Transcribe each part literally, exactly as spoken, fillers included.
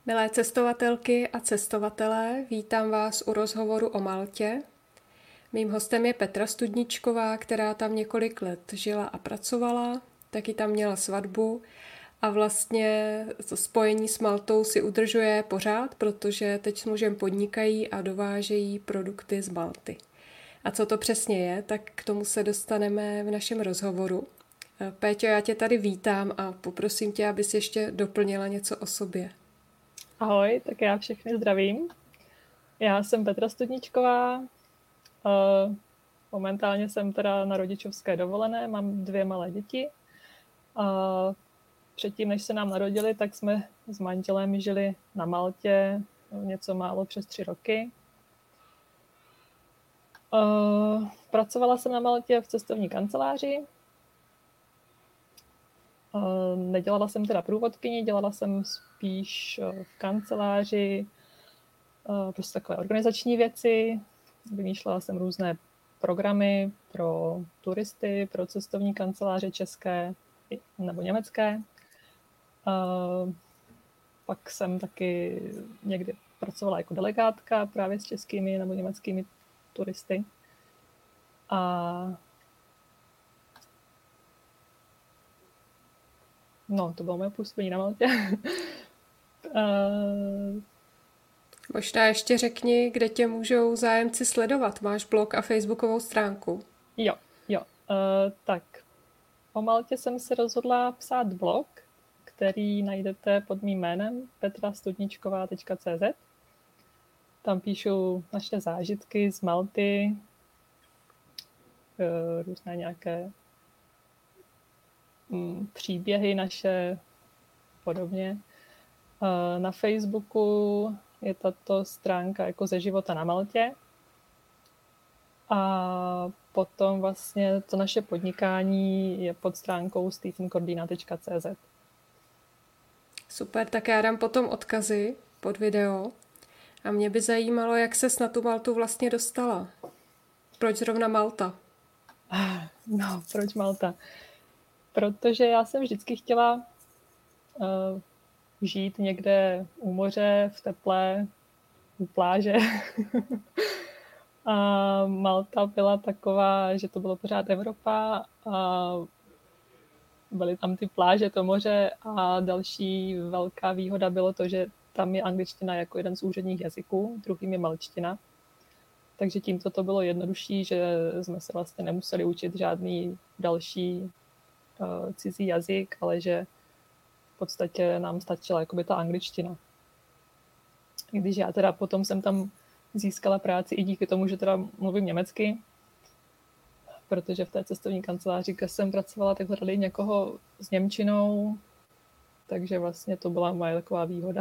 Milé cestovatelky a cestovatelé, vítám vás u rozhovoru o Maltě. Mým hostem je Petra Studničková, která tam několik let žila a pracovala, taky tam měla svatbu a vlastně to spojení s Maltou si udržuje pořád, protože teď s mužem podnikají a dovážejí produkty z Malty. A co to přesně je, tak k tomu se dostaneme v našem rozhovoru. Péťo, já tě tady vítám a poprosím tě, abys ještě doplnila něco o sobě. Ahoj, tak já všechny zdravím. Já jsem Petra Studničková. Momentálně jsem teda na rodičovské dovolené, mám dvě malé děti. Předtím, než se nám narodili, tak jsme s manželem žili na Maltě něco málo přes tři roky. Pracovala jsem na Maltě v cestovní kanceláři. Nedělala jsem teda průvodkyni, dělala jsem spíš v kanceláři, prostě takové organizační věci. Vymýšlela jsem různé programy pro turisty, pro cestovní kanceláře české nebo německé. Pak jsem taky někdy pracovala jako delegátka právě s českými nebo německými turisty. A no, to bylo moje působení na Maltě. uh... Možná ještě řekni, kde tě můžou zájemci sledovat. Máš blog a facebookovou stránku. Jo, jo. Uh, tak o Maltě jsem se rozhodla psát blog, který najdete pod mým jménem petra studničková tečka cé zet. Tam píšu naše zážitky z Malty, uh, různé nějaké um, příběhy naše podobně. Uh, na Facebooku je tato stránka jako ze života na Maltě. A potom vlastně to naše podnikání je pod stránkou stephen cordina tečka cé zet. Super, tak já dám potom odkazy pod video. A mě by zajímalo, jak ses na tu Maltu vlastně dostala. Proč zrovna Malta? No, proč Malta? Protože já jsem vždycky chtěla uh, žít někde u moře, v teple, u pláže. A Malta byla taková, že to bylo pořád Evropa a byly tam ty pláže, to moře a další velká výhoda bylo to, že tam je angličtina jako jeden z úředních jazyků, druhým je malčtina. Takže tímto to bylo jednodušší, že jsme se vlastně nemuseli učit žádný další uh, cizí jazyk, ale že v podstatě nám stačila jakoby ta angličtina. Když já teda potom jsem tam získala práci i díky tomu, že teda mluvím německy, protože v té cestovní kanceláři, kde jsem pracovala, tak hledali někoho s němčinou, takže vlastně to byla moje taková výhoda.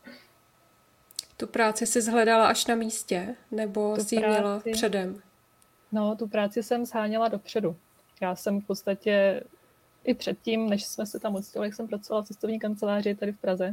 Tu práci jsi zhledala až na místě, nebo tu jsi ji měla předem? No, tu práci jsem sháněla dopředu. Já jsem v podstatě i předtím, než jsme se tam odstěhovali, jak jsem pracovala v cestovní kanceláři tady v Praze,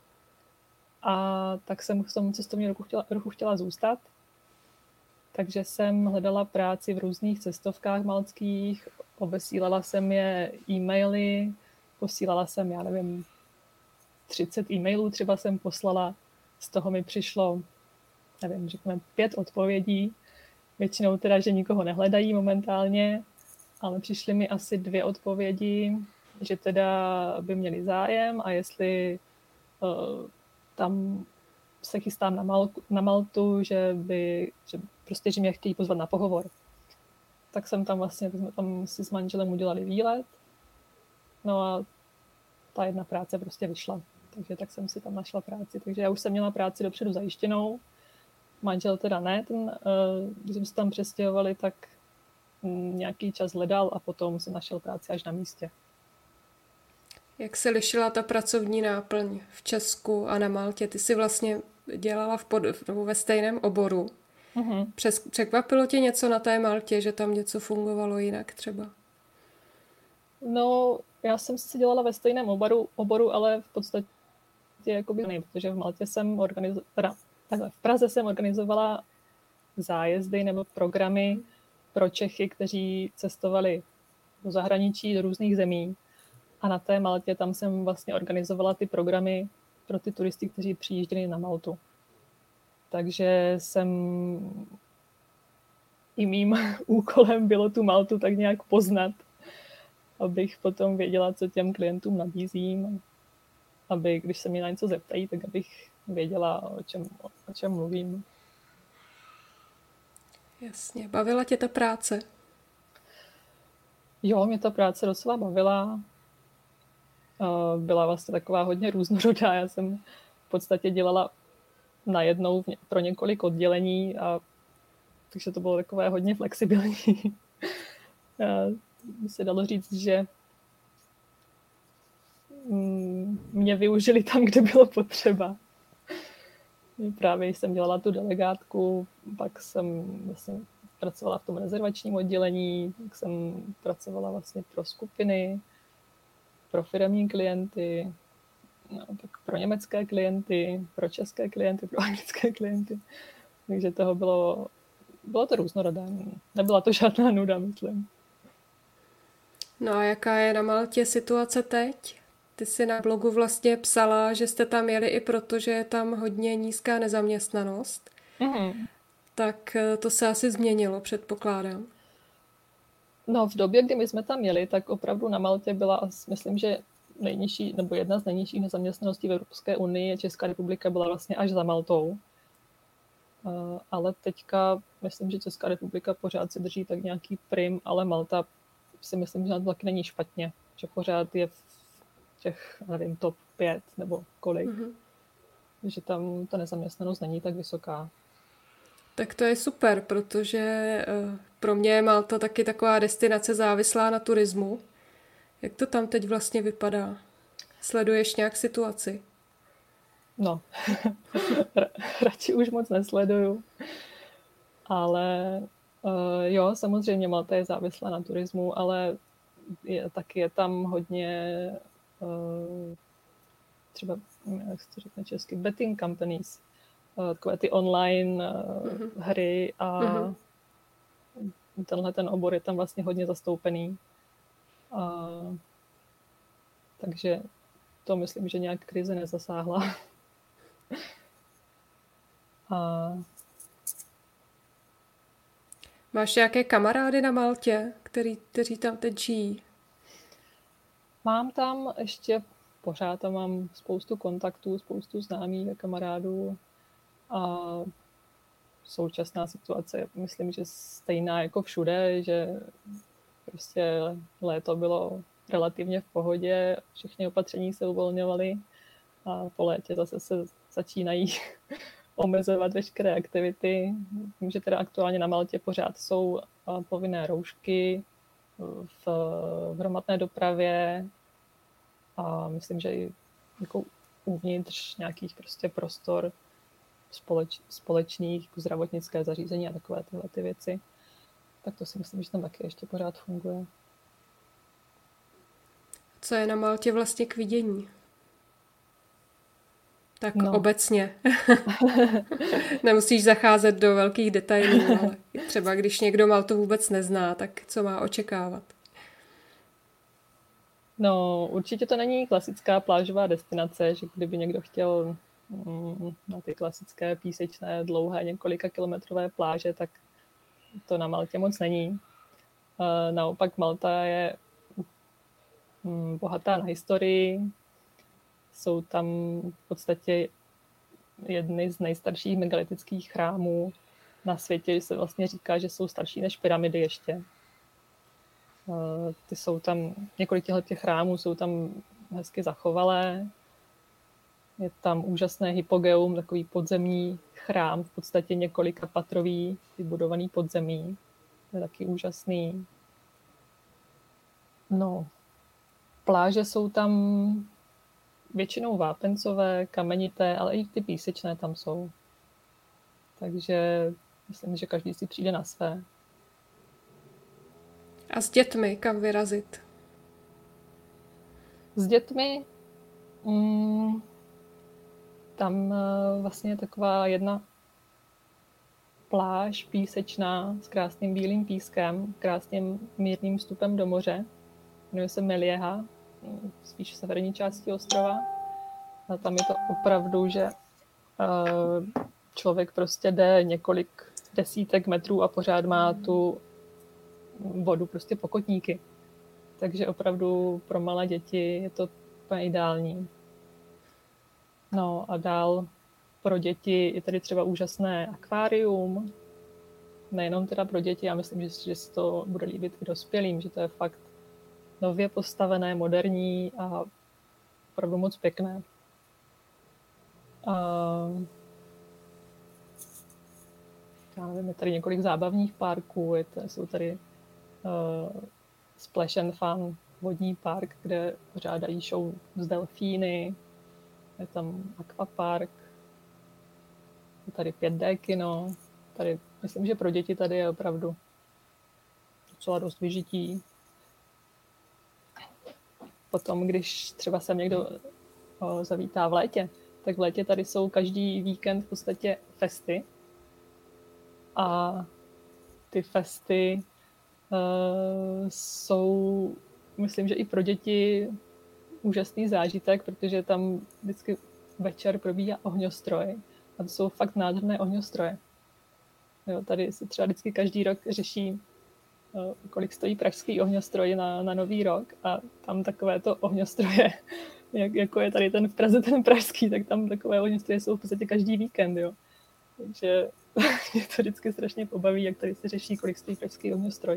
a tak jsem v tom cestovním ruchu chtěla, ruchu chtěla zůstat. Takže jsem hledala práci v různých cestovkách maltských, obesílala jsem je e-maily, posílala jsem, já nevím, třicet e-mailů třeba jsem poslala, z toho mi přišlo, nevím, řekněme pět odpovědí, většinou teda, že nikoho nehledají momentálně, ale přišly mi asi dvě odpovědi, že teda by měli zájem a jestli uh, tam se chystám na, Mal- na Maltu, že by, že prostě, že mě chtějí pozvat na pohovor. Tak jsem tam vlastně, jsme tam si s manželem udělali výlet, no a ta jedna práce prostě vyšla. Takže tak jsem si tam našla práci. Takže já už jsem měla práci dopředu zajištěnou, manžel teda ne, ten, když jsme se tam přestěhovali, tak nějaký čas hledal a potom si našel práci až na místě. Jak se lišila ta pracovní náplň v Česku a na Maltě? Ty jsi vlastně dělala v pod, nebo ve stejném oboru. Uh-huh. Přes, překvapilo tě něco na té Maltě, že tam něco fungovalo jinak třeba? No, já jsem si dělala ve stejném oboru, oboru ale v podstatě jakoby ne, protože v Maltě jsem organizovala, takhle, v Praze jsem organizovala zájezdy nebo programy pro Čechy, kteří cestovali do zahraničí, do různých zemí. A na té Maltě tam jsem vlastně organizovala ty programy pro ty turisty, kteří přijížděli na Maltu. Takže jsem i mým úkolem bylo tu Maltu tak nějak poznat, abych potom věděla, co těm klientům nabízím, aby, když se mě na něco zeptají, tak abych věděla, o čem, o čem mluvím. Jasně. Bavila tě ta práce? Jo, mě ta práce docela bavila. Byla vlastně taková hodně různorodá. Já jsem v podstatě dělala najednou pro několik oddělení, a takže to bylo takové hodně flexibilní. Se dalo říct, že mě využili tam, kde bylo potřeba. Právě jsem dělala tu delegátku, pak jsem vlastně pracovala v tom rezervačním oddělení, pak jsem pracovala vlastně pro skupiny, pro firemní klienty, no, pak pro německé klienty, pro české klienty, pro anglické klienty. Takže toho bylo, bylo to různorodé. Nebyla to žádná nuda, myslím. No a jaká je na Maltě situace teď? Ty jsi na blogu vlastně psala, že jste tam jeli i proto, že je tam hodně nízká nezaměstnanost. Mm. Tak to se asi změnilo, předpokládám. No, v době, kdy my jsme tam jeli, tak opravdu na Maltě byla, myslím, že nejnižší, nebo jedna z nejnižších nezaměstnaností v Evropské unii. Česká republika byla vlastně až za Maltou. Ale teďka, myslím, že Česká republika pořád si drží tak nějaký prim, ale Malta si myslím, že na to taky není špatně. Že pořád je v těch, nevím, top pět nebo kolik. Mm-hmm. Že tam ta nezaměstnanost není tak vysoká. Tak to je super, protože pro mě je Malta taky taková destinace závislá na turismu. Jak to tam teď vlastně vypadá? Sleduješ nějak situaci? No, radši už moc nesleduju. Ale uh, jo, samozřejmě Malta je závislá na turismu, ale je, taky je tam hodně uh, třeba, jak se to řekne česky, betting companies, uh, takové ty online uh, uh-huh. hry a uh-huh. tenhle ten obor je tam vlastně hodně zastoupený. Uh, takže to myslím, že nějak krize nezasáhla. A... Máš nějaké kamarády na Maltě, který, kteří tam teď žijí? Mám tam ještě pořád, tam mám spoustu kontaktů, spoustu známých a kamarádů. A současná situace, myslím, že stejná jako všude, že prostě léto bylo relativně v pohodě, všechny opatření se uvolňovaly a po létě zase se začínají omezovat veškeré aktivity. Vím, že teda aktuálně na Maltě pořád jsou povinné roušky v, v hromadné dopravě a myslím, že i jako uvnitř nějakých prostě prostor společ, společných zdravotnické zařízení a takové tyhle ty věci. Tak to si myslím, že tam taky ještě pořád funguje. Co je na Maltě vlastně k vidění? Tak no. Obecně. Nemusíš zacházet do velkých detailů, ale třeba když někdo Maltu vůbec nezná, tak co má očekávat? No, určitě to není klasická plážová destinace, že kdyby někdo chtěl mm, na ty klasické písečné, dlouhé, několika kilometrové pláže, tak to na Maltě moc není. Naopak Malta je mm, bohatá na historii. Jsou tam v podstatě jedny z nejstarších megalitických chrámů na světě. Se vlastně říká, že jsou starší než pyramidy ještě. Ty jsou tam, několik těch chrámů jsou tam hezky zachovalé. Je tam úžasné hypogeum, takový podzemní chrám, v podstatě několika patrový, vybudovaný podzemí. Je taky úžasný. No, pláže jsou tam většinou vápencové, kamenité, ale i ty písečné tam jsou. Takže myslím, že každý si přijde na své. A s dětmi kam vyrazit? S dětmi mm, tam vlastně je taková jedna pláž písečná s krásným bílým pískem, krásným mírným vstupem do moře. Jmenuje se Melieha, spíš v severní části ostrova. A tam je to opravdu, že člověk prostě jde několik desítek metrů a pořád má tu vodu prostě po kotníky. Takže opravdu pro malé děti je to úplně ideální. No a dál pro děti je tady třeba úžasné akvárium. Nejenom teda pro děti, já myslím, že, že se to bude líbit i dospělým, že to je fakt nově postavené, moderní a opravdu moc pěkné. A já nevím, je tady několik zábavních parků, je to, jsou tady uh, Splash and Fun vodní park, kde pořádají show z delfíny, je tam aquapark, je tady pět dé kino, tady, myslím, že pro děti tady je opravdu docela dost vyžití. Potom, když třeba sem někdo o, zavítá v létě, tak v létě tady jsou každý víkend v podstatě festy. A ty festy uh, jsou, myslím, že i pro děti úžasný zážitek, protože tam vždycky večer probíhá ohňostroj. A to jsou fakt nádherné ohňostroje. Jo, tady se třeba vždycky každý rok řeší, kolik stojí pražský ohňostroj na, na Nový rok a tam takové to ohňostroje, jak, jako je tady ten v Praze ten pražský, tak tam takové ohňostroje jsou v podstatě každý víkend, jo. Takže mě to vždycky strašně pobaví, jak tady se řeší, kolik stojí pražský ohňostroj.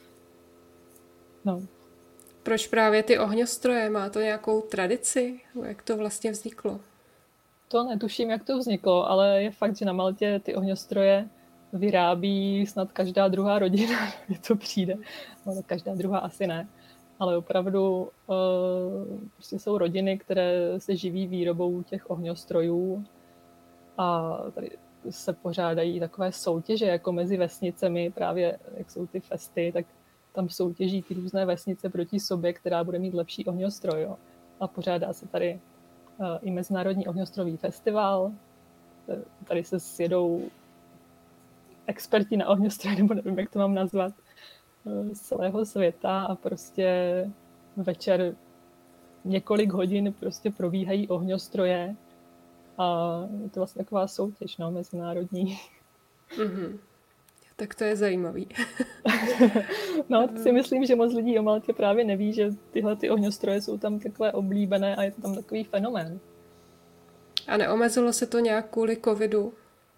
No. Proč právě ty ohňostroje? Má to nějakou tradici? Jak to vlastně vzniklo? To netuším, jak to vzniklo, ale je fakt, že na Maltě ty ohňostroje vyrábí snad každá druhá rodina, mně to přijde. No, každá druhá asi ne. Ale opravdu uh, prostě jsou rodiny, které se živí výrobou těch ohňostrojů a tady se pořádají takové soutěže jako mezi vesnicemi, právě jak jsou ty festy, tak tam soutěží ty různé vesnice proti sobě, která bude mít lepší ohňostroj. Jo. A pořádá se tady uh, i Mezinárodní ohňostrojový festival. Tady se sjedou experti na ohňostroj, nebo nevím, jak to mám nazvat, z celého světa a prostě večer několik hodin prostě probíhají ohňostroje a je to vlastně taková soutěž, no, mezinárodní. Mm-hmm. Tak to je zajímavý. No, to si myslím, že moc lidí o Maltě právě neví, že tyhle ty ohňostroje jsou tam takové oblíbené a je to tam takový fenomén. A neomezilo se to nějak kvůli covidu?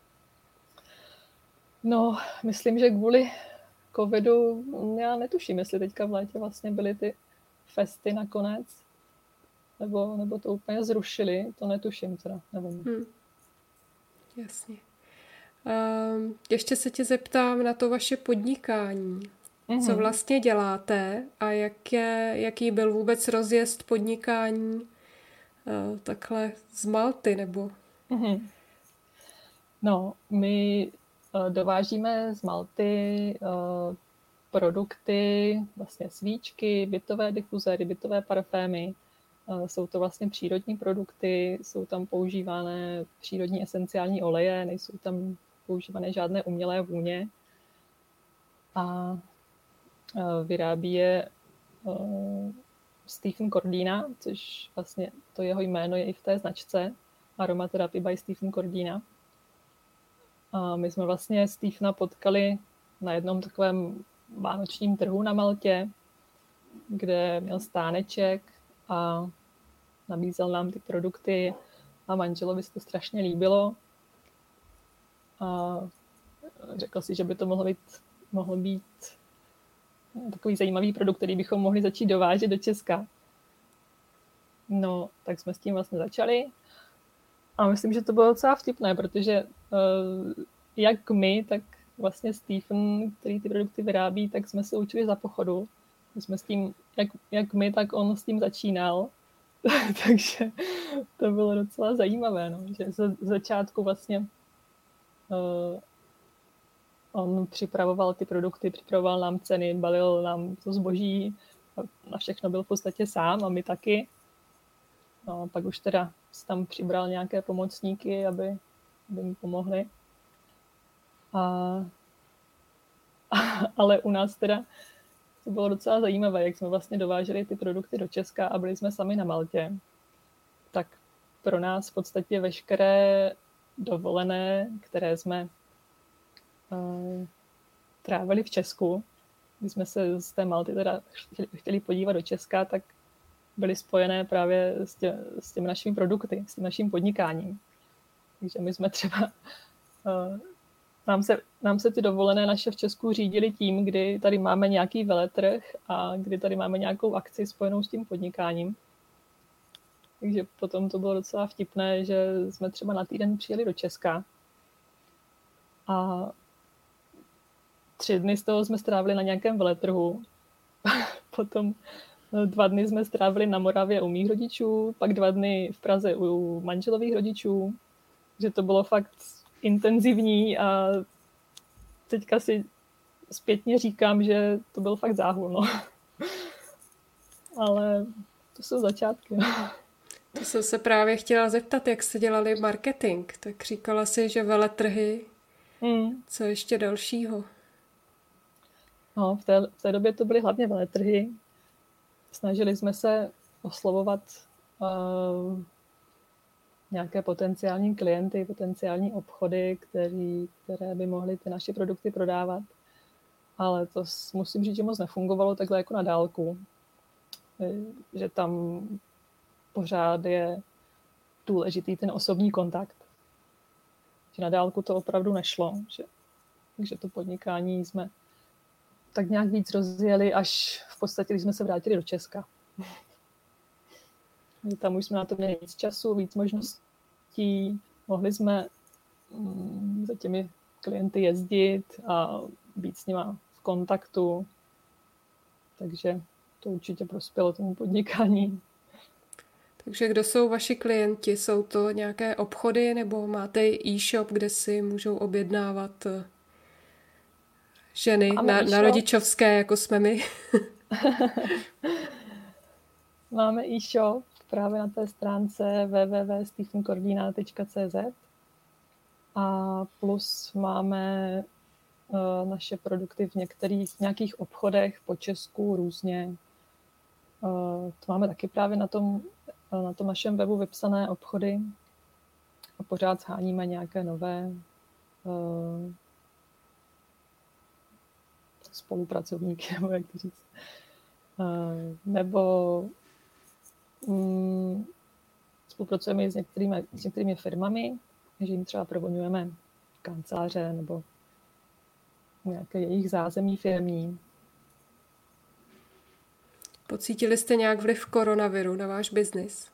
No, myslím, že kvůli covidu, já netuším, jestli teďka v létě vlastně byly ty festy nakonec, nebo, nebo to úplně zrušili, to netuším teda, nevím. Hmm. Jasně. Um, ještě se tě zeptám na to vaše podnikání. Mm-hmm. Co vlastně děláte a jak je, jaký byl vůbec rozjezd podnikání uh, takhle z Malty, nebo? Mm-hmm. No, my uh, dovážíme z Malty uh, produkty, vlastně svíčky, bytové difuzéry, bytové parfémy. Uh, jsou to vlastně přírodní produkty, jsou tam používané přírodní esenciální oleje, nejsou tam používané žádné umělé vůně. A uh, vyrábí je uh, Stephen Cordina, což vlastně to jeho jméno je i v té značce Aromatherapy by Stephen Cordina. A my jsme vlastně Stephena potkali na jednom takovém vánočním trhu na Maltě, kde měl stáneček a nabízel nám ty produkty a manželovi se to strašně líbilo. A řekl si, že by to mohlo být, mohlo být takový zajímavý produkt, který bychom mohli začít dovážet do Česka. No, tak jsme s tím vlastně začali. A myslím, že to bylo docela vtipné, protože uh, jak my, tak vlastně Stephen, který ty produkty vyrábí, tak jsme se učili za pochodu. My jsme s tím, jak, jak my, tak on s tím začínal. Takže to bylo docela zajímavé, no, že z začátku vlastně uh, on připravoval ty produkty, připravoval nám ceny, balil nám to zboží, na všechno byl v podstatě sám a my taky. No a pak už teda tam přibral nějaké pomocníky, aby, aby mi pomohli. A, a, ale u nás teda to bylo docela zajímavé, jak jsme vlastně dováželi ty produkty do Česka a byli jsme sami na Maltě. Tak pro nás v podstatě veškeré dovolené, které jsme uh, trávili v Česku, když jsme se z té Malty teda chtěli, chtěli podívat do Česka, tak byly spojené právě s, tě, s těmi našimi produkty, s tím naším podnikáním. Takže my jsme třeba... Uh, nám, se, nám se ty dovolené naše v Česku řídily tím, kdy tady máme nějaký veletrh a kdy tady máme nějakou akci spojenou s tím podnikáním. Takže potom to bylo docela vtipné, že jsme třeba na týden přijeli do Česka a tři dny z toho jsme strávili na nějakém veletrhu. Potom dva dny jsme strávili na Moravě u mých rodičů, pak dva dny v Praze u manželových rodičů. Že to bylo fakt intenzivní a teďka si zpětně říkám, že to byl fakt záhul. No. Ale to jsou začátky. To jsem se právě chtěla zeptat, jak jste dělali marketing. Tak říkala si, že veletrhy, hmm. co ještě dalšího? No, v té, v té době to byly hlavně veletrhy. Snažili jsme se oslovovat uh, nějaké potenciální klienty, potenciální obchody, který, které by mohly ty naše produkty prodávat. Ale to musím říct, že moc nefungovalo takhle jako na dálku. Že tam pořád je důležitý ten osobní kontakt. Že na dálku to opravdu nešlo. Že, takže to podnikání jsme tak nějak víc rozjeli, až v podstatě, když jsme se vrátili do Česka. Tam už jsme na to měli víc času, víc možností. Mohli jsme mm, za těmi klienty jezdit a být s nima v kontaktu. Takže to určitě prospělo tomu podnikání. Takže kdo jsou vaši klienti? Jsou to nějaké obchody nebo máte e-shop, kde si můžou objednávat ženy na, na rodičovské, jako jsme my? Máme e-shop právě na té stránce w w w tečka stephen cordina tečka c z a plus máme uh, naše produkty v některých v nějakých obchodech po Česku různě. Uh, to máme taky právě na tom, na tom našem webu vypsané obchody a pořád sháníme nějaké nové uh, spolupracovníky, nebo jak to říct. Uh, nebo um, spolupracujeme s některými, s některými firmami, že jim třeba provoňujeme kanceláře nebo nějaké jejich zázemí firmní. Pocítili jste nějak vliv koronaviru na váš biznis?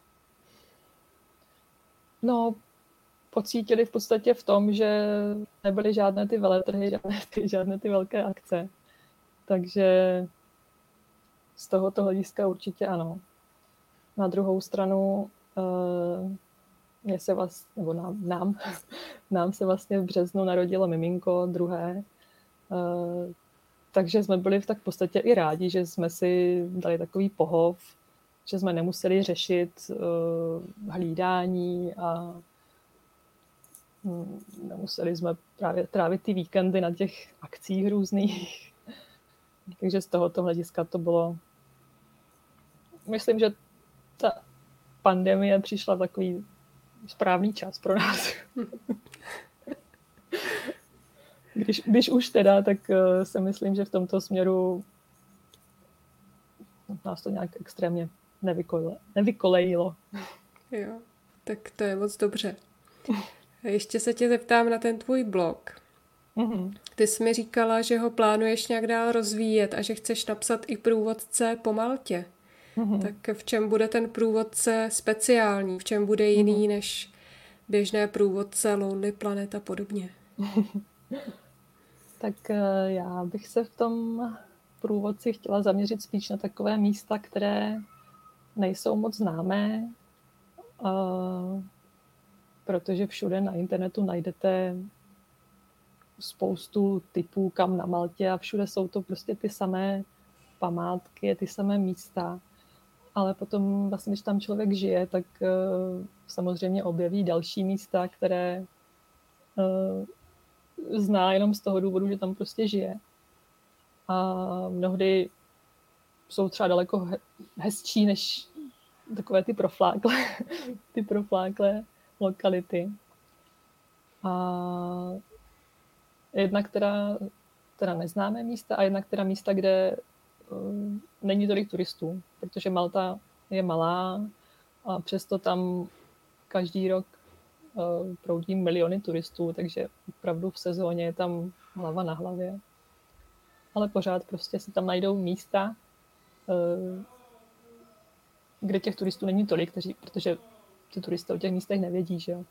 No, pocítili v podstatě v tom, že nebyly žádné ty veletrhy, žádné ty, žádné ty velké akce. Takže z tohoto hlediska určitě ano. Na druhou stranu mě se vlastně, nebo nám, nám, nám se vlastně v březnu narodilo miminko druhé, takže jsme byli v tak v podstatě i rádi, že jsme si dali takový pohov, že jsme nemuseli řešit hlídání a nemuseli jsme právě trávit ty víkendy na těch akcích různých. Takže z tohoto hlediska to bylo... Myslím, že ta pandemie přišla v takový správný čas pro nás. Když, když už teda, tak uh, si myslím, že v tomto směru nás to nějak extrémně nevykole, nevykolejilo. Jo, tak to je moc dobře. A ještě se tě zeptám na ten tvůj blog. Mm-hmm. Ty jsi mi říkala, že ho plánuješ nějak dál rozvíjet a že chceš napsat i průvodce po Maltě. Mm-hmm. Tak v čem bude ten průvodce speciální? V čem bude jiný mm-hmm. než běžné průvodce Lonely Planet a podobně? Tak já bych se v tom průvodci chtěla zaměřit spíš na takové místa, které nejsou moc známé, protože všude na internetu najdete spoustu typů, kam na Maltě, a všude jsou to prostě ty samé památky, ty samé místa. Ale potom vlastně, když tam člověk žije, tak uh, samozřejmě objeví další místa, které uh, zná jenom z toho důvodu, že tam prostě žije. A mnohdy jsou třeba daleko he- hezčí než takové ty profláklé, ty profláklé lokality. A jedna, která teda neznámé místa a jedna, která místa, kde uh, není tolik turistů, protože Malta je malá a přesto tam každý rok uh, proudí miliony turistů, takže opravdu v sezóně je tam hlava na hlavě. Ale pořád prostě se tam najdou místa, uh, kde těch turistů není tolik, kteří, protože ty turisté o těch místech nevědí, že jo.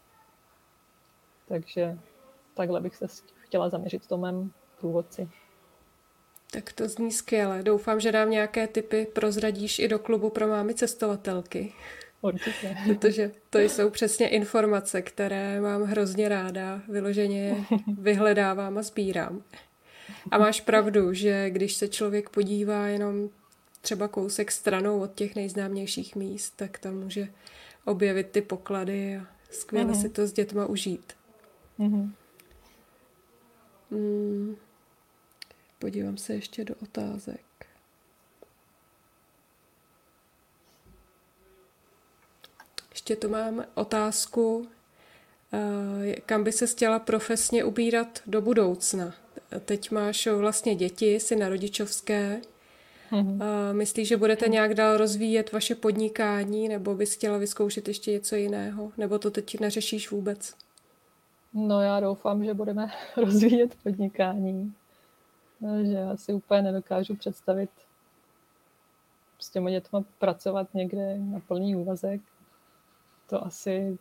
Takže takhle bych se chtěla zaměřit v tom mém průvodci. Tak to zní skvěle. Doufám, že nám nějaké tipy prozradíš i do klubu pro mámy cestovatelky. Určitě. Protože to jsou přesně informace, které mám hrozně ráda. Vyloženě je vyhledávám a sbírám. A máš pravdu, že když se člověk podívá jenom třeba kousek stranou od těch nejznámějších míst, tak tam může objevit ty poklady a skvěle mm-hmm. si to s dětma užít. Mm-hmm. Hmm. Podívám se ještě do otázek. Ještě tu mám otázku, kam by se chtěla profesně ubírat do budoucna. Teď máš vlastně děti, jsi na rodičovské. Mm-hmm. Myslíš, že budete nějak dál rozvíjet vaše podnikání, nebo bys chtěla vyzkoušet ještě něco jiného? Nebo to teď neřešíš vůbec? No já doufám, že budeme rozvíjet podnikání. Že já si úplně nedokážu představit s těmi dětmi pracovat někde na plný úvazek. To asi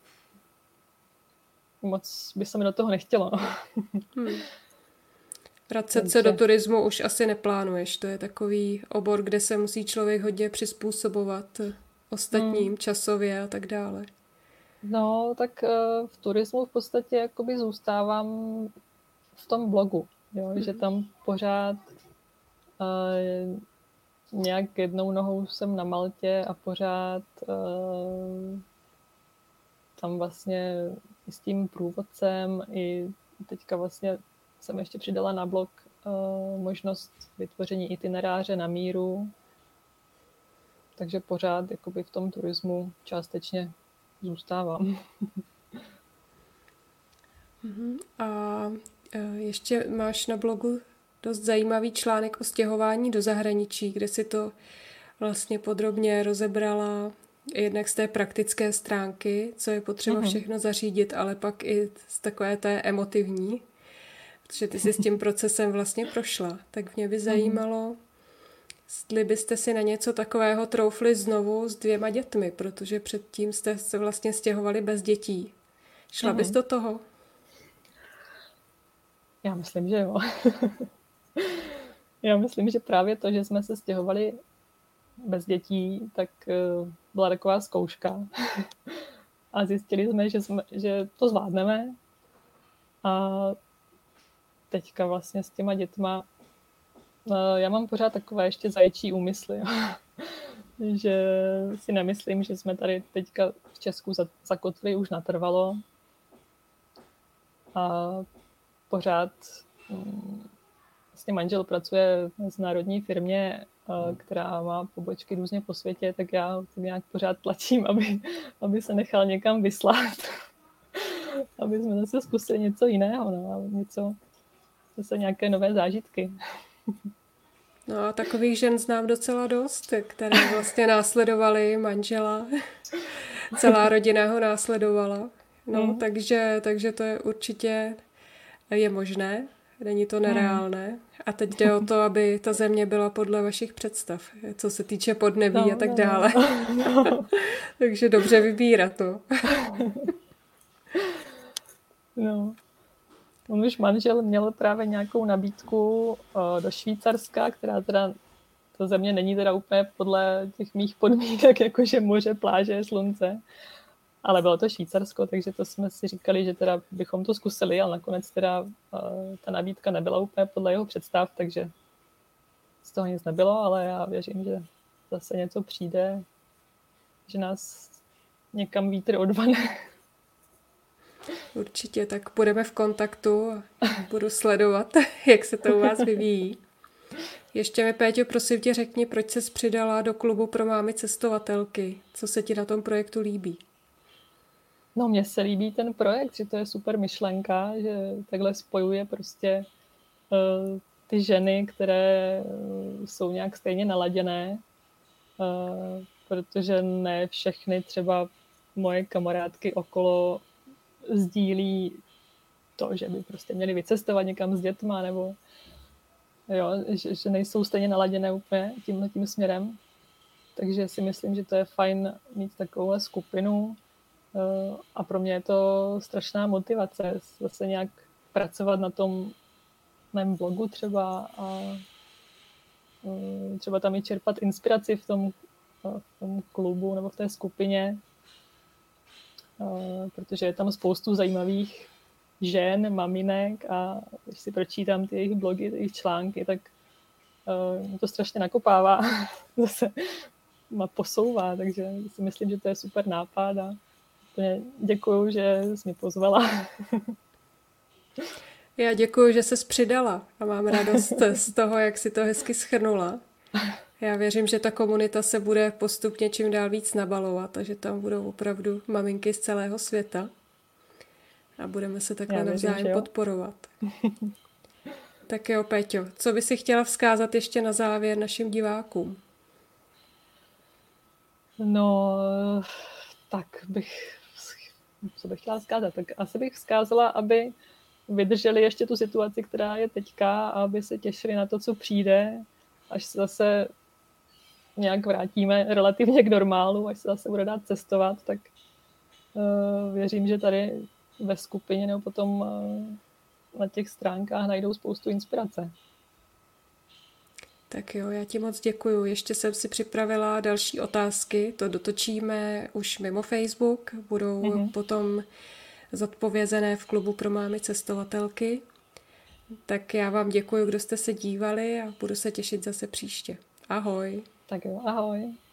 moc by se mi do toho nechtělo. Hmm. Vracet se do turismu už asi neplánuješ. To je takový obor, kde se musí člověk hodně přizpůsobovat ostatním hmm. časově a tak dále. No, tak v turismu v podstatě jakoby zůstávám v tom blogu, jo? Hmm. Že tam pořád uh, nějak jednou nohou jsem na Maltě a pořád uh, tam vlastně i s tím průvodcem i teďka vlastně jsem ještě přidala na blog uh, možnost vytvoření itineráře na míru, takže pořád jakoby v tom turismu částečně zůstávám. A ještě máš na blogu dost zajímavý článek o stěhování do zahraničí, kde si to vlastně podrobně rozebrala jednak z té praktické stránky, co je potřeba mm-hmm. všechno zařídit, ale pak i z takové té emotivní, protože ty jsi s tím procesem vlastně prošla. Tak mě by zajímalo, jestli byste si na něco takového troufli znovu s dvěma dětmi, protože předtím jste se vlastně stěhovali bez dětí. Šla mm-hmm. bys do toho? Já myslím, že jo. Já myslím, že právě to, že jsme se stěhovali bez dětí, tak byla taková zkouška. A zjistili jsme, že, jsme, že to zvládneme. A teďka vlastně s těma dětma já mám pořád takové ještě zaječí úmysly. Že si nemyslím, že jsme tady teďka v Česku zakotvili už natrvalo. A pořád vlastně manžel pracuje v mezinárodní firmě, která má pobočky různě po světě, tak já nějak pořád tlačím, aby, aby se nechal někam vyslat. Aby jsme zase zkusili něco jiného, no, něco, zase nějaké nové zážitky. No a takových žen znám docela dost, které vlastně následovaly manžela. Celá rodina ho následovala. No, mm. takže, takže to je určitě je možné, není to nereálné. Mm. A teď jde o to, aby ta země byla podle vašich představ, co se týče podnebí no, a tak dále. No, no. Takže dobře vybírat to. No. On už manžel měl právě nějakou nabídku uh, do Švýcarska, která teda, ta země není teda úplně podle těch mých podmínek, jakože moře, pláže, slunce. Ale bylo to Švýcarsko, takže to jsme si říkali, že teda bychom to zkusili, ale nakonec teda uh, ta nabídka nebyla úplně podle jeho představ, takže z toho nic nebylo, ale já věřím, že zase něco přijde, že nás někam vítr odvane. Určitě, tak budeme v kontaktu a budu sledovat, jak se to u vás vyvíjí. Ještě mi, Péťo, prosím tě řekni, proč ses přidala do klubu pro mámy cestovatelky. Co se ti na tom projektu líbí? No, mně se líbí ten projekt, že to je super myšlenka, že takhle spojuje prostě uh, ty ženy, které uh, jsou nějak stejně naladěné, uh, protože ne všechny třeba moje kamarádky okolo sdílí to, že by prostě měli vycestovat někam s dětma, nebo jo, že, že nejsou stejně naladěné úplně tímhle tím směrem. Takže si myslím, že to je fajn mít takovouhle skupinu a pro mě je to strašná motivace zase nějak pracovat na tom mém blogu třeba a třeba tam i čerpat inspiraci v tom, v tom klubu nebo v té skupině, protože je tam spoustu zajímavých žen, maminek a když si pročítám ty jejich blogy, ty jejich články, tak mě to strašně nakopává, zase ma posouvá, takže si myslím, že to je super nápad a děkuju, že jsi mě pozvala. Já děkuju, že ses přidala a mám radost z toho, jak si to hezky shrnula. Já věřím, že ta komunita se bude postupně čím dál víc nabalovat a že tam budou opravdu maminky z celého světa a budeme se takhle navzájem podporovat. Tak jo, Péťo, co by si chtěla vzkázat ještě na závěr našim divákům? No, tak bych, co bych chtěla vzkázat? Tak asi bych vzkázala, aby vydrželi ještě tu situaci, která je teďka, a aby se těšili na to, co přijde, až se zase nějak vrátíme relativně k normálu, až se zase bude dát cestovat, tak uh, věřím, že tady ve skupině nebo potom uh, na těch stránkách najdou spoustu inspirace. Tak jo, já ti moc děkuju. Ještě jsem si připravila další otázky, to dotočíme už mimo Facebook, budou mm-hmm. potom zodpovězené v klubu pro mámy cestovatelky. Tak já vám děkuju, kdo jste se dívali a budu se těšit zase příště. Ahoj. Tak jo, ahoj.